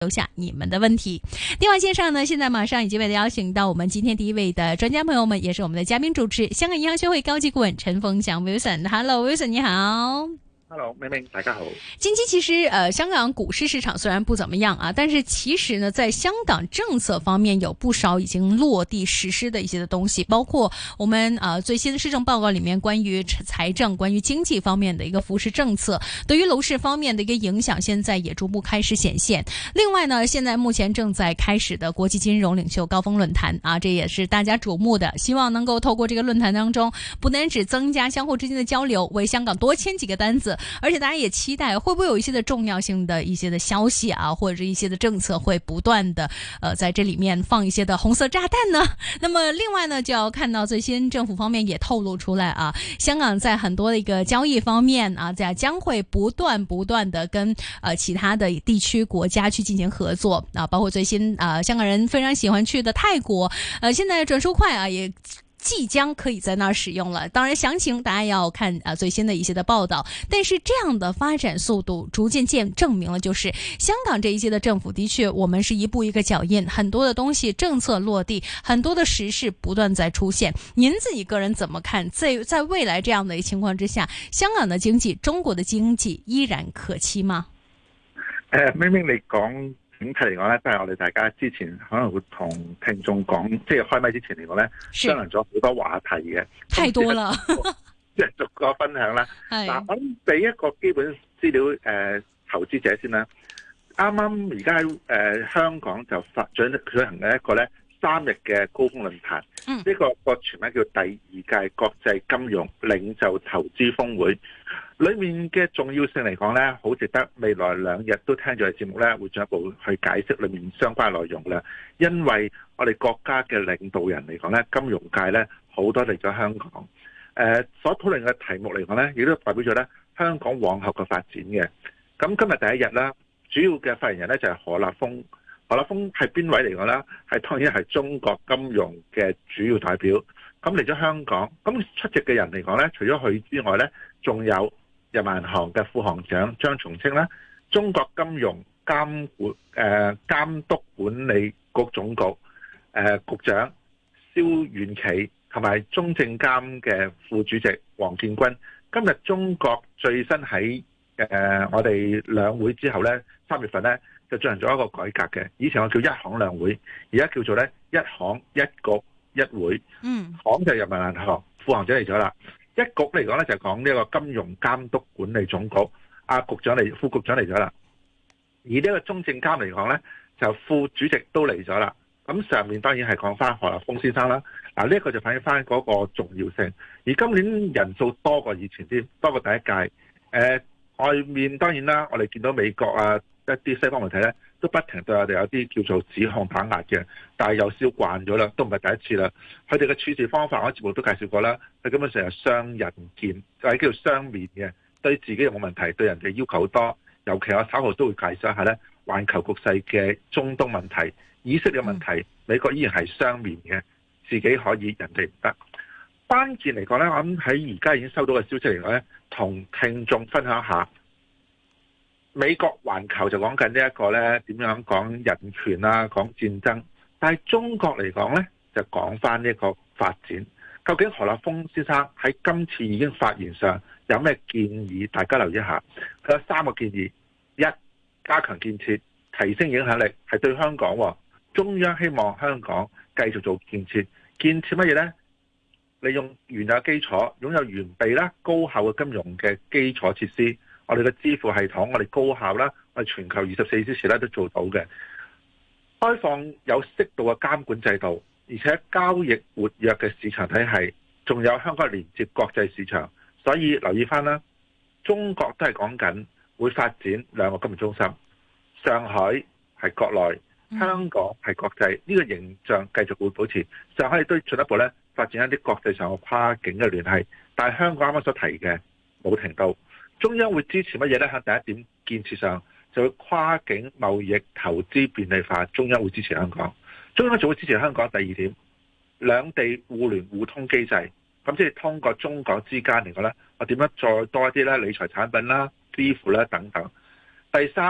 留下你们的问题。电话线上呢，现在马上已经为大家邀请到我们今天第一位的专家朋友们，也是我们的嘉宾主持，香港银行学会高级顾问陈凤翔 Wilson。Hello Wilson， 你好。 Hello， 妹妹，大家好。 近期其实香港股市市场虽然不怎么样啊，但是其实呢，在香港政策方面有不少已经落地实施的一些的东西，包括我们最新的施政报告里面关于财政、关于经济方面的一个扶持政策，对于楼市方面的一个影响，现在也逐步开始显现。另外呢，现在目前正在开始的国际金融领袖高峰论坛啊，这也是大家瞩目的，希望能够透过这个论坛当中，不单只增加相互之间的交流，为香港多签几个单子。而且大家也期待会不会有一些的重要性的一些的消息啊，或者是一些的政策会不断的在这里面放一些的红色炸弹呢？那么另外呢，就要看到最新政府方面也透露出来啊，香港在很多的一个交易方面啊，将会不断的跟其他的地区国家去进行合作啊，包括最新香港人非常喜欢去的泰国，现在转数快啊也即将可以在那儿使用了，当然详情大家要看最新的一些的报道。但是这样的发展速度逐渐证明了，就是香港这一届的政府的确我们是一步一个脚印，很多的东西政策落地，很多的时事不断在出现。您自己个人怎么看，在未来这样的情况之下，香港的经济、中國的經濟依然可期嗎？ 明明你講整體嚟講咧，都係我哋大家之前可能會同聽眾講，即係開麥之前嚟講咧，商量咗好多話題嘅， 太多啦， 即係逐個分享啦。嗱，我諗俾一個基本資料投資者先啦。啱啱而家喺香港就舉行嘅一個咧3日嘅高峰論壇，呢個全名叫第2屆國際金融領袖投資峰會。裏面嘅重要性嚟講咧，好值得未來2日都聽住嘅節目咧，會進一步去解釋裏面相關內容啦。因為我哋國家嘅領導人嚟講咧，金融界咧好多嚟咗香港，所討論嘅題目嚟講咧，亦都代表咗咧香港往後嘅發展嘅。咁今日第一日啦，主要嘅發言人咧就係何立峰。何立峰係邊位嚟講咧？係當然係中國金融嘅主要代表。咁嚟咗香港，咁出席嘅人嚟講咧，除咗佢之外咧，仲有人民銀行嘅副行長張松青啦，中國金融監督管理局總局局長蕭遠企，同埋中證監嘅副主席黃建軍。今日中國最新喺我哋兩會之後咧，3月份咧就進行咗一個改革嘅。以前我叫一行兩會，而家叫做咧一行一局一會。行就人民銀行副行長嚟咗啦。一局嚟講咧就講呢個金融監督管理總局，局長嚟，副局長嚟咗啦。而呢個中證監嚟講咧，就副主席都嚟咗啦。咁上面當然係講翻何立峰先生啦。嗱，呢一個就反映翻嗰個重要性。而今年人數多過以前添，多過第一屆。外面當然啦，我哋見到美國一啲西方媒體咧，都不停對我哋有啲叫做指控打壓嘅，但係又笑慣咗啦，都唔係第一次啦。佢哋嘅處事方法，我喺節目都介紹過啦。佢根本上係雙刃劍，就係叫做雙面嘅，對自己又冇問題，對人哋要求好多。尤其我稍後都會介紹一下咧，環球局勢嘅中東問題、以色列嘅問題，美國依然係雙面嘅，自己可以，人哋唔得。關鍵嚟講咧，我諗喺而家已經收到嘅消息嚟講咧，同聽眾分享下。美國環球就講緊呢一個咧，點樣講人權啊，講戰爭。但係中國嚟講咧，就講翻呢個發展。究竟何立峰先生喺今次已經發言上有咩建議？大家留意一下。佢有3個建議：一、加強建設，提升影響力，係對香港喎。中央希望香港繼續做建設。建設乜嘢呢？利用原有基礎，擁有完備啦、高效嘅金融嘅基礎設施。我哋嘅支付系統，我哋高效啦，我哋全球24小時咧都做到嘅。開放有適度嘅監管制度，而且交易活躍嘅市場體系，仲有香港連接國際市場。所以留意翻啦，中國都係講緊會發展2個金融中心，上海係國內，香港係國際，呢個形象繼續會保持。上海亦都進一步咧發展一啲國際上嘅跨境嘅聯繫，但係香港啱啱所提嘅冇停到。中央會支持乜嘢呢？喺第一點建設上，就會跨境貿易投資便利化，中央會支持香港。中央就會支持香港。第二點，兩地互聯互通機制，咁即係通過中港之間嚟講呢，我點樣再多一啲咧理財產品啦、支付啦等等。第三，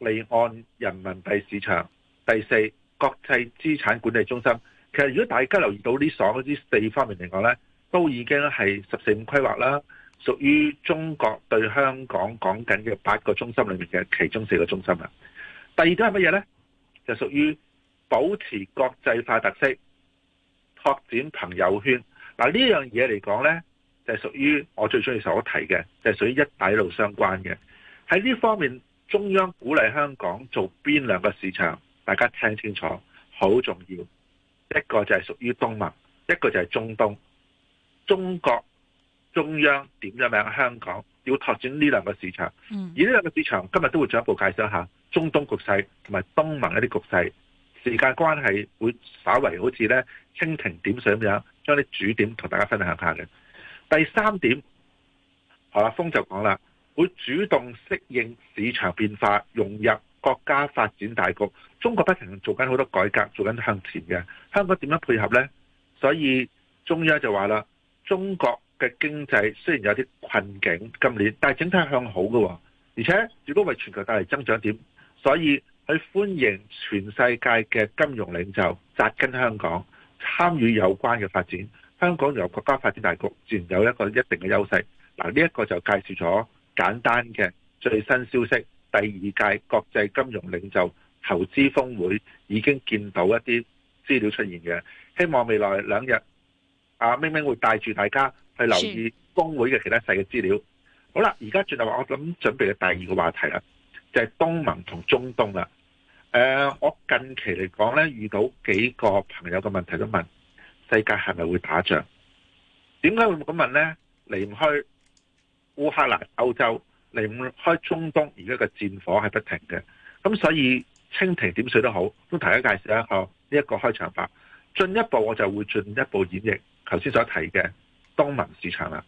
離岸人民幣市場，第四國際資產管理中心。其實如果大家留意到呢四方面嚟講呢，都已經係十四五規劃啦，屬於中國對香港講緊嘅8個中心裏面嘅其中4個中心啦。第二點係乜嘢呢？就屬於保持國際化特色，拓展朋友圈。嗱，呢樣嘢嚟講呢，就係屬於我最中意所提嘅，就係屬於一帶一路相關嘅。喺呢方面，中央鼓勵香港做邊2個市場？大家聽清楚，好重要。一個就係屬於東盟，一個就係中東。中國中央點咗名香港要拓展呢2個市場，而呢2個市場今日都會進一步介紹一下中東局勢同埋東盟一啲局勢。時間關係會稍為好似咧蜻蜓點水咁樣，將啲主點同大家分享下嘅。第3點，何立峰就講啦，會主動適應市場變化，融入國家發展大局。中國不停做緊好多改革，做緊向前嘅，香港點樣配合呢？所以中央就話啦，中國嘅經濟雖然有啲困境今年，但係整體向好嘅，而且如果為全球帶嚟增長點，所以去歡迎全世界嘅金融領袖扎根香港，參與有關嘅發展。香港由國家發展大局自然有一個一定嘅優勢。嗱，呢一個就介紹咗簡單嘅最新消息。第2屆國際金融領袖投資峰會已經見到一啲資料出現嘅，希望未來2日阿明明會帶住大家去留意峰會嘅其他細嘅資料。好啦，而家轉頭我諗準備嘅第2個話題啦，就係東盟同中東啦。我近期嚟講呢，遇到幾個朋友嘅問題都問：世界係咪會打仗？點解會咁問呢？離唔開烏克蘭、歐洲，離唔開中東，而家嘅戰火係不停嘅。咁所以蜻蜓點水都好，都大家介紹一下呢一個開場白。進一步我就會進一步演繹頭先所提嘅東盟市場啦。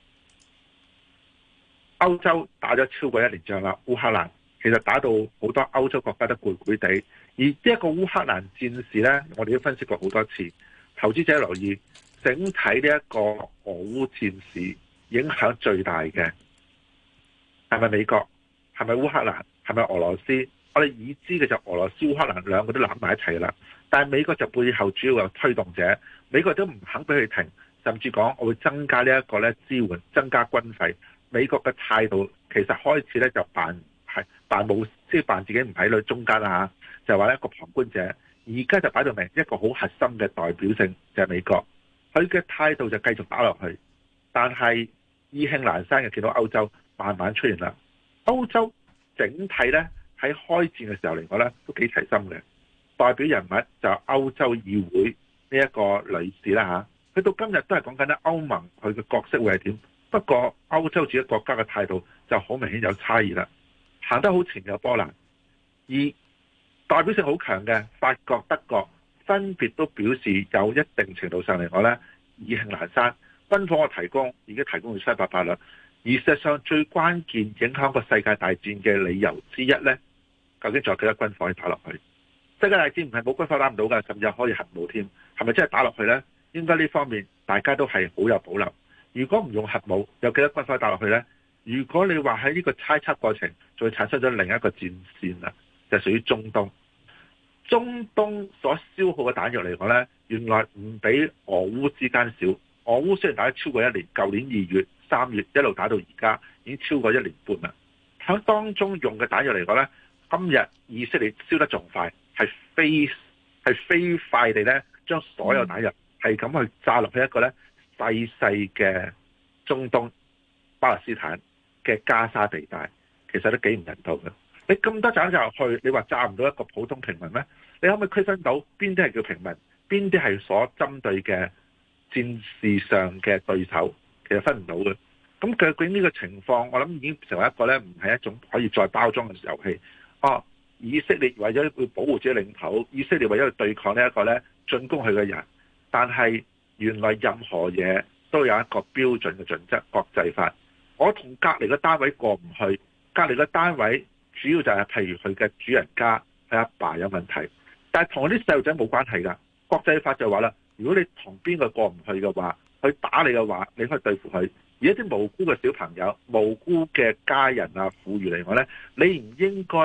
歐洲打咗超過1年仗啦，烏克蘭其實打到好多歐洲國家都攰攰地，而呢一個烏克蘭戰事呢，我哋都分析過好多次。投資者留意，整體呢一個俄烏戰事影響最大嘅係咪美國？係咪烏克蘭？係咪俄羅斯？我哋已知嘅就俄羅斯、烏克蘭2個都攬埋一齊啦。但係美國就背後主要嘅推動者，美國都唔肯俾佢停，甚至講我會增加呢一個支援，增加軍費。美國嘅態度其實開始咧就扮冇，即係扮自己唔喺裏中間啦嚇，就話一個旁觀者。而家就擺到明一個好核心嘅代表性就係美國，佢嘅態度就繼續打落去。但係意興闌珊嘅見到歐洲慢慢出現啦。歐洲整體咧喺開戰嘅時候嚟講咧都幾齊心嘅，代表人物就歐洲議會呢一個女士啦嚇，去到今日都係講緊咧歐盟佢嘅角色會係點。不過歐洲自己國家嘅態度就好明顯有差異啦，行得好前嘅波蘭，而代表性好強嘅法國、德國分別都表示有一定程度上嚟講呢，意興闌珊。軍火嘅提供已經提供到七八八啦，而事實上最關鍵影響個世界大戰嘅理由之一呢，究竟仲有幾多軍火可以打落去？世界大戰唔係冇軍火打唔到㗎，甚至可以核武添，係咪真係打落去呢？應該呢方面大家都係好有保留。如果唔用核武，有幾多軍火打落去呢？如果你話喺呢個猜測過程，就會產生咗另一個戰線啦，就屬於中東。中東所消耗嘅彈藥嚟講呢，原來唔比俄烏之間少。俄烏雖然打咗超過1年，舊年2月、3月一路打到而家，已經超過1年半啦。喺當中用嘅彈藥嚟講呢，今日以色列燒得仲快，係飛快地呢將所有彈藥係咁去炸落去一個呢細細嘅中東巴勒斯坦嘅加沙地帶，其實都幾唔人道嘅。你咁多炸入去，你話炸唔到一個普通平民咩？你可唔可以區分到邊啲係叫平民，邊啲係所針對嘅戰事上嘅對手？其實分唔到嘅。咁究竟呢個情況，我諗已經成為一個呢，唔係一種可以再包裝嘅遊戲。以色列為咗要保護自己領土，以色列為咗要對抗呢一個呢進攻佢嘅人，但係原來任何嘢都有一個標準嘅準則，國際法。我同隔離嘅單位過唔去，隔離嘅單位主要就係譬如佢嘅主人家，佢阿爸有問題，但係同啲細路仔冇關係㗎。國際法就話啦，如果你同邊個過唔去嘅話，佢打你嘅話，你可以對付佢。而一啲無辜嘅小朋友、無辜嘅家人啊、婦孺嚟講呢，你唔應該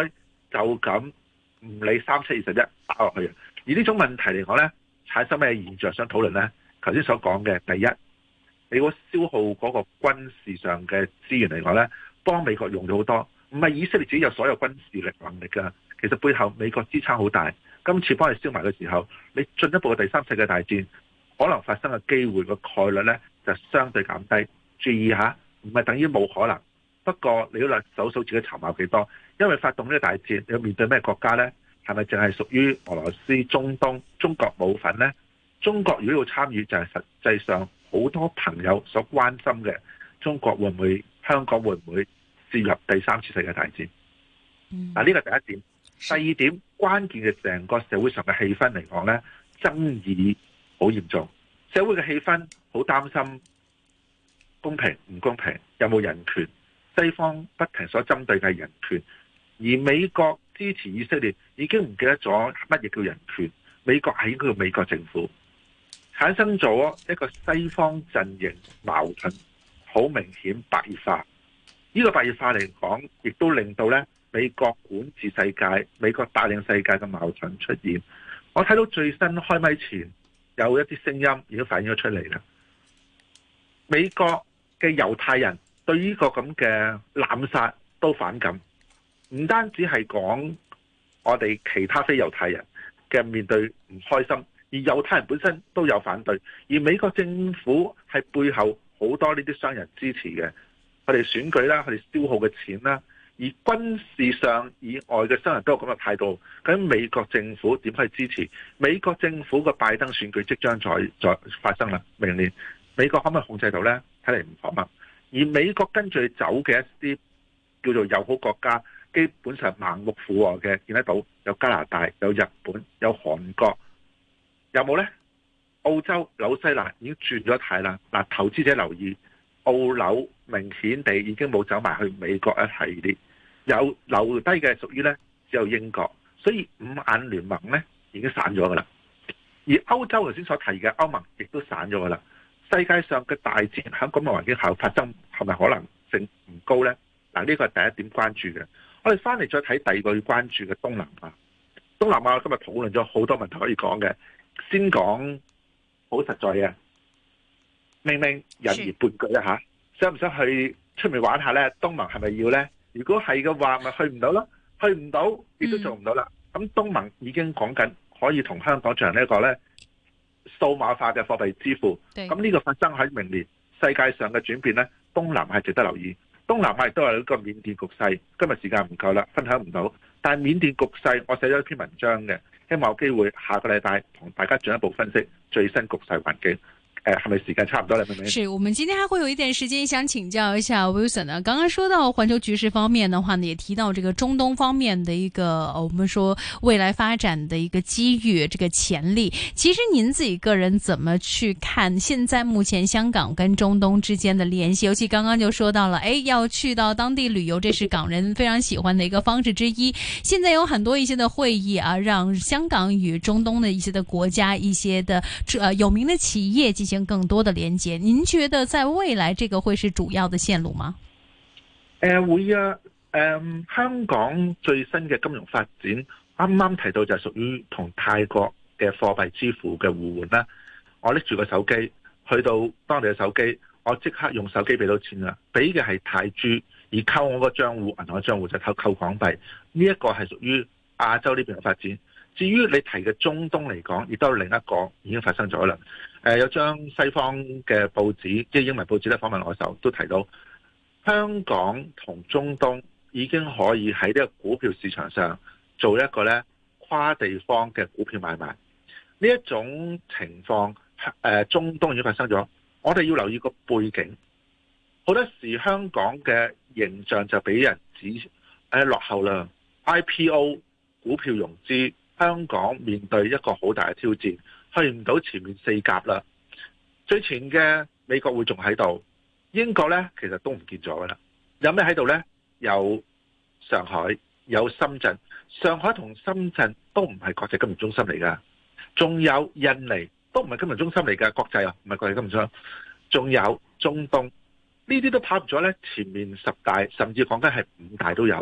就咁唔理37-21打落去。而呢種問題嚟講呢，產生咩現象想討論呢？頭先所講嘅，第一，你個消耗嗰個軍事上嘅資源嚟講呢，幫美國用咗好多，唔係以色列自己有所有軍事力能力㗎，其實背後美國支撐好大。今次幫你燒埋嘅時候，你進一步嘅第三世界大戰可能發生嘅機會個概率呢，就相對減低。注意下，唔係等於冇可能。不過你要數數自己籌碼幾多，因為發動呢個大戰，你要面對咩國家呢？係咪淨係屬於俄羅斯、中東？中國冇份呢？中國如果要參與，就係實際上好多朋友所關心嘅，中國會唔會、香港會唔會涉入第三次世界大戰？嗱，呢個第一點。第二點，關鍵嘅成個社會上嘅氣氛嚟講呢，爭議好嚴重，社會嘅氣氛好擔心公平唔公平，有冇人權？西方不停所針對嘅人權，而美國支持以色列已經唔記得咗乜嘢叫人權。美國係應該叫美國政府，產生咗一個西方陣營矛盾，好明顯白熱化。呢個白熱化嚟講，亦都令到呢美國管治世界、美國帶領世界嘅矛盾出現。我睇到最新開咪前有一啲聲音已經反映咗出嚟啦。美國嘅猶太人對呢個咁嘅濫殺都反感，唔單止係講我哋其他非猶太人嘅面對唔開心，而猶太人本身都有反對，而美國政府係背後好多呢啲商人支持嘅，佢哋選舉啦，佢哋消耗嘅錢啦，而軍事上以外嘅商人都有咁嘅態度。咁美國政府點可以支持？美國政府嘅拜登選舉即將再發生啦，明年美國可唔可以控制到呢？睇嚟唔可能。而美國跟住走嘅一啲叫做友好國家，基本上盲目附和嘅，見得到有加拿大、有日本、有韓國，有冇呢？澳洲、紐西蘭已經轉咗軚啦。嗱，投資者留意，澳紐明顯地已經冇走埋去美國一系列，有留低嘅屬於呢只有英國，所以五眼聯盟呢已經散咗噶啦。而歐洲頭先所提嘅歐盟亦都散咗噶啦。世界上嘅大戰喺咁嘅環境下發生，係咪可能性唔高呢？嗱，呢個係第一點關注嘅。我哋翻嚟再睇第二個要關注嘅東南亞。東南亞今日討論咗好多問題可以講嘅，先講好實在嘅，明明人言半句啊嚇，想唔想去出面玩下呢？東盟係咪要呢？如果係嘅話，咪去唔到咯，去唔到亦都做唔到啦。咁東盟已經講緊可以同香港進行呢一個呢數碼化嘅貨幣支付，咁呢個發生喺明年，世界上嘅轉變呢，東南亞值得留意。東南亞亦都係一個緬甸局勢，今日時間唔夠啦，分享唔到。但係緬甸局勢，我寫咗一篇文章嘅，希望有機會下個禮拜同大家進一步分析最新局勢環境。係咪時間差唔多了？ 是我們今天還會有一點時間，想請教一下 Wilson 呢。剛剛說到環球局勢方面的話呢，也提到這個中東方面的一個，我們說未來發展的一個機遇，這個潛力。其實您自己個人怎麼去看現在目前香港跟中東之間的聯繫？尤其剛剛就說到了，要去到當地旅遊，這是港人非常喜歡的一個方式之一。現在有很多一些的會議啊，讓香港與中東的一些的國家、一些的有名的企業進行更多的連接，您覺得在未來這個會是主要的線路嗎？ 會啊，香港最新嘅金融發展，啱啱提到就係屬於同泰國嘅貨幣支付嘅互換啦。我拎住個手機去到當地嘅手機，我即刻用手機俾到錢啦，俾嘅係泰銖，而扣我個賬戶，銀行嘅賬戶就扣港幣。呢一個係屬於亞洲呢邊嘅發展。至於你提嘅中東嚟講，亦都有另一個已經發生咗啦。有張西方嘅報紙，即係英文報紙咧，訪問我嘅時候都提到，香港同中東已經可以喺呢個股票市場上做一個咧跨地方嘅股票買賣。呢一種情況，中東已經發生咗。我哋要留意個背景，好多時香港嘅形象就俾人指落後啦。IPO 股票融資，香港面對一個好大嘅挑戰。去唔到前面4甲啦，最前嘅美國會仲喺度，英國呢其實都唔見咗噶啦。有咩喺度呢？有上海，有深圳。上海同深圳都唔係國際金融中心嚟噶，仲有印尼都唔係金融中心嚟噶，國際啊，唔係國際金融中心。仲有中東，呢啲都跑唔咗呢前面10大，甚至講緊係5大都有。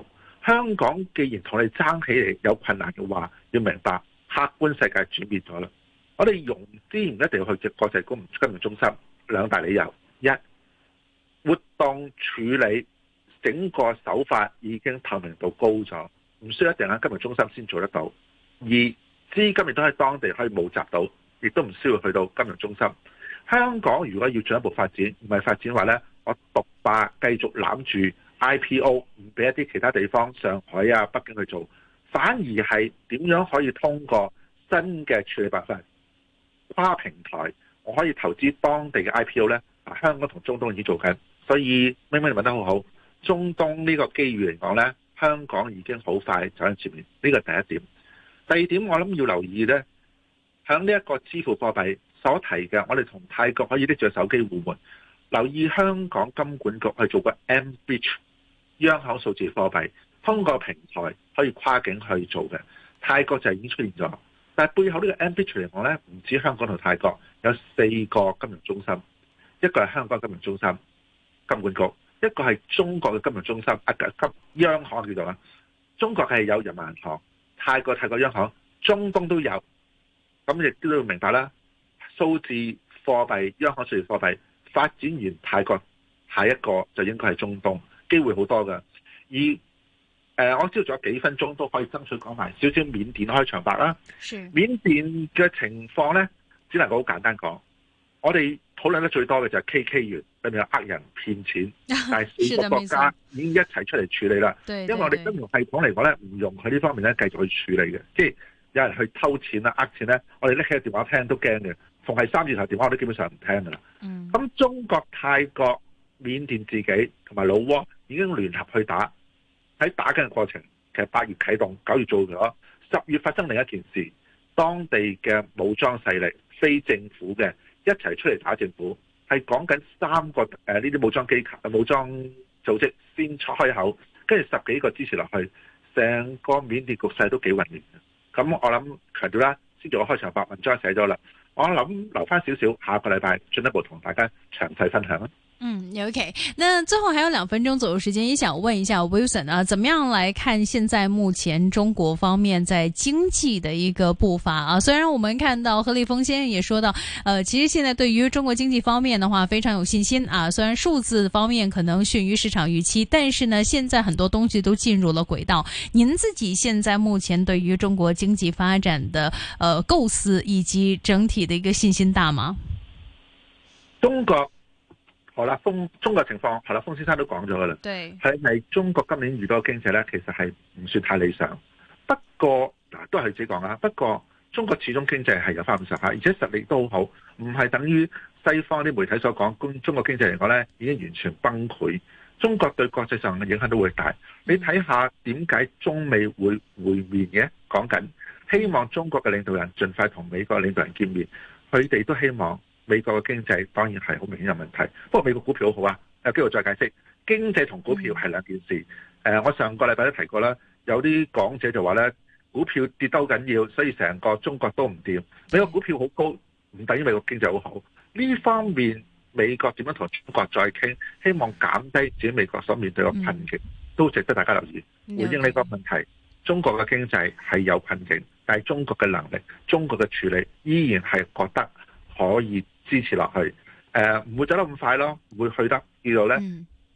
香港既然同你爭起嚟有困難嘅話，要明白客觀世界轉變咗啦。我哋融資唔一定要去國際金融中心，兩大理由：一，活動處理整個手法已經透明度高咗，唔需要一定喺金融中心先做得到；二，資金亦都喺當地可以募集到，亦都唔需要去到金融中心。香港如果要進一步發展，唔係發展話呢，我獨霸繼續攬住 IPO， 唔俾一啲其他地方上海啊、北京去做，反而係點樣可以通過新嘅處理辦法，跨平台，我可以投資當地嘅 IPO 呢。香港同中東已經做緊，所以明明你問得好好。中東呢個機遇嚟講呢，香港已經好快走喺前面，呢個第一點。第二點我諗要留意呢，響呢一個支付貨幣所提嘅，我哋同泰國可以拎住手機互換。留意香港金管局去做個 mBridge 央行數字貨幣，通過平台可以跨境去做嘅。泰國就已經出現咗，但係背後呢個 mBridge 嚟講呢，唔止香港同泰國，有4個金融中心。一個係香港金融中心金管局，一個係中國嘅金融中心央行叫做啦。中國係有人民銀行，泰國央行，中東都有。咁亦都要明白啦，數字貨幣央行數字貨幣發展完泰國，下一個就應該係中東，機會好多㗎。而我知道仲有幾分鐘都可以爭取講埋少少緬甸開場白啦。緬甸嘅情況呢，只能夠好簡單講，我哋討論得最多嘅就係 KK 園裏面有呃人騙錢，但係4個國家已經一齊出嚟處理啦。因為我哋金融系統嚟講咧，唔容許呢方面咧繼續去處理嘅，即係有人去偷錢啦、呃錢咧，我哋拎起個電話聽都驚嘅。逢係3字頭電話我都基本上唔聽噶啦。咁中國、泰國、緬甸自己同埋老撾已經聯合去打，喺打緊嘅過程，其實8月啟動，9月做咗，10月發生另一件事，當地嘅武裝勢力、非政府嘅一齊出嚟打政府，係講緊3個呢啲武裝機構、武裝組織先開口，跟住10幾個支持落去，成個緬甸局勢都幾混亂嘅。咁我諗強調啦，先做個開場白，文章寫咗啦，我諗留翻少少，下個禮拜進一步同大家詳細分享啦。 OK， 那最後還有2分鐘左右時間，也想問一下 Wilson 啊，怎麼樣來看現在目前中國方面在經濟的一個步伐啊？雖然我們看到何立峰先生也說到，其實現在對於中國經濟方面的話非常有信心啊，雖然數字方面可能遜於市場預期，但是呢，現在很多東西都進入了軌道。您自己現在目前對於中國經濟發展的構思以及整體的一個信心大嗎？ 中國何立峰中國情況，何立峰先生都講咗噶啦，係中國今年遇到嘅經濟咧，其實係唔算太理想。不過都係自己講啦。不過中國始終經濟係有翻咁上下，而且實力都好好，唔係等於西方啲媒體所講，中國經濟嚟講咧已經完全崩潰。中國對國際上嘅影響都會大。你睇下點解中美會會面嘅？講緊希望中國嘅領導人盡快同美國領導人見面，佢哋都希望。美國嘅經濟當然係好明顯有問題，不過美國股票好好啊，有機會再解釋。經濟同股票係兩件事。我上個禮拜都提過啦，有啲講者就話咧，股票跌得好緊要，所以成個中國都唔掂。美國股票好高，唔等於美國經濟好好。呢方面美國點樣同中國再傾，希望減低自己美國所面對嘅困境，都值得大家留意。回應呢個問題，中國嘅經濟係有困境，但係中國嘅能力、中國嘅處理依然係覺得可以支持落去，唔會走得咁快咯，唔會去得叫做咧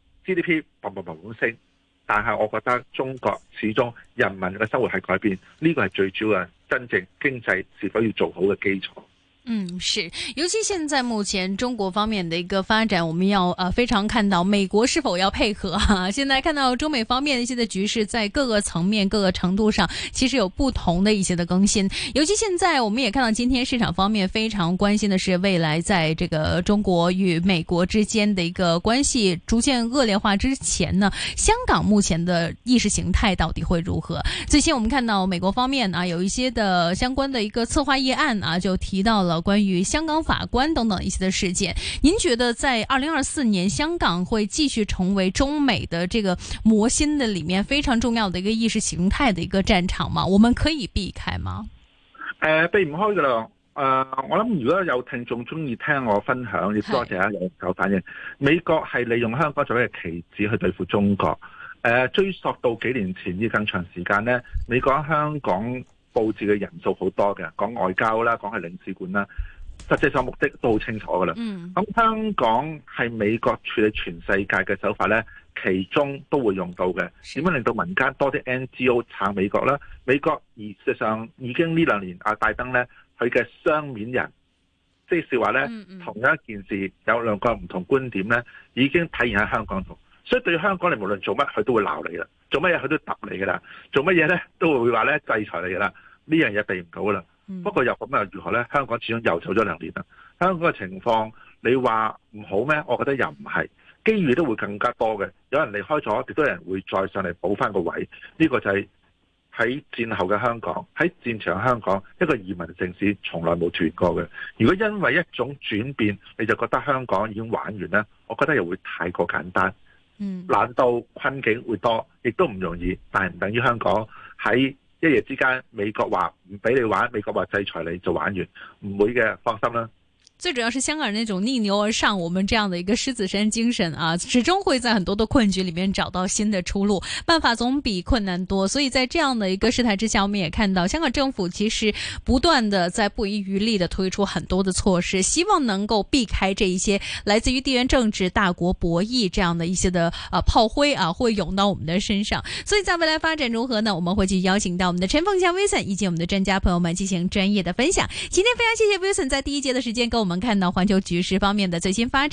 GDP 砰咁升，但係我覺得中國始終人民嘅生活係改變，呢個係最主要嘅真正經濟是否要做好嘅基礎。 是，尤其現在目前中國方面的一個發展，我們要非常看到美國是否要配合啊。現在看到中美方面的一些的局勢，在各個層面、各個程度上，其實有不同的一些的更新。尤其現在，我們也看到今天市場方面非常關心的是未來在這個中國與美國之間的一個關係逐漸惡劣化之前呢，香港目前的意識形態到底會如何？最近我們看到美國方面啊，有一些的相關的一個策劃議案啊，就提到了關於香港法官等等一些的事件，您覺得在2024年香港會繼續成為中美的這個磨心的裏面非常重要的一個意識形態的一個戰場嗎？我們可以避開嗎？ 避唔開噶啦。我諗如果有聽眾中意聽我分享，亦多謝有反應。美國係利用香港作為一個棋子去對付中國。 追溯到幾年前要更長時間呢，美國喺香港佈置嘅人數好多嘅，講外交啦，講係領事館啦，實際上目的都好清楚噶啦。咁香港係美國處理全世界嘅手法呢，其中都會用到嘅。點樣令到民間多啲 NGO 撐美國啦？美國而事實上已經呢2年拜登呢，佢嘅雙面人，即係話呢，同樣一件事有兩個唔同觀點呢，已經體現喺香港度。所以對香港你無論做乜，佢都會鬧你啦，做乜嘢佢都揼你噶啦，做乜嘢呢都會話呢制裁你噶啦，呢樣嘢避唔到噶啦。不過又咁又如何呢？香港始終又走咗2年啦。香港嘅情況你話唔好咩？我覺得又唔係，機遇都會更加多嘅。有人離開咗，亦都有人會再上嚟補翻個位。呢個就係喺戰後嘅香港，喺戰場嘅香港，一個移民城市從來冇斷過嘅。如果因為一種轉變，你就覺得香港已經玩完呢，我覺得又會太過簡單。難度困境會多，亦都唔容易，但係唔等於香港喺一夜之間美國話唔俾你玩，美國話制裁你就玩完，唔會嘅，放心啦。 最主要是香港人那種逆流而上，我們這樣的一個獅子山精神啊，始終會在很多的困局裏面找到新的出路，辦法總比困難多。所以在這樣的一個事態之下，我們也看到香港政府其實不斷的在不遺餘力的推出很多的措施，希望能夠避開這一些來自於地緣政治、大國博弈這樣的一些的炮灰啊，會湧到我們的身上。所以在未來發展如何呢？我們會去邀請到我們的陳鳳翔 Wilson 以及我們的專家朋友們進行專業的分享。今天非常謝謝 Wilson 在第一節的時間跟我們看到環球局勢方面的最新發展。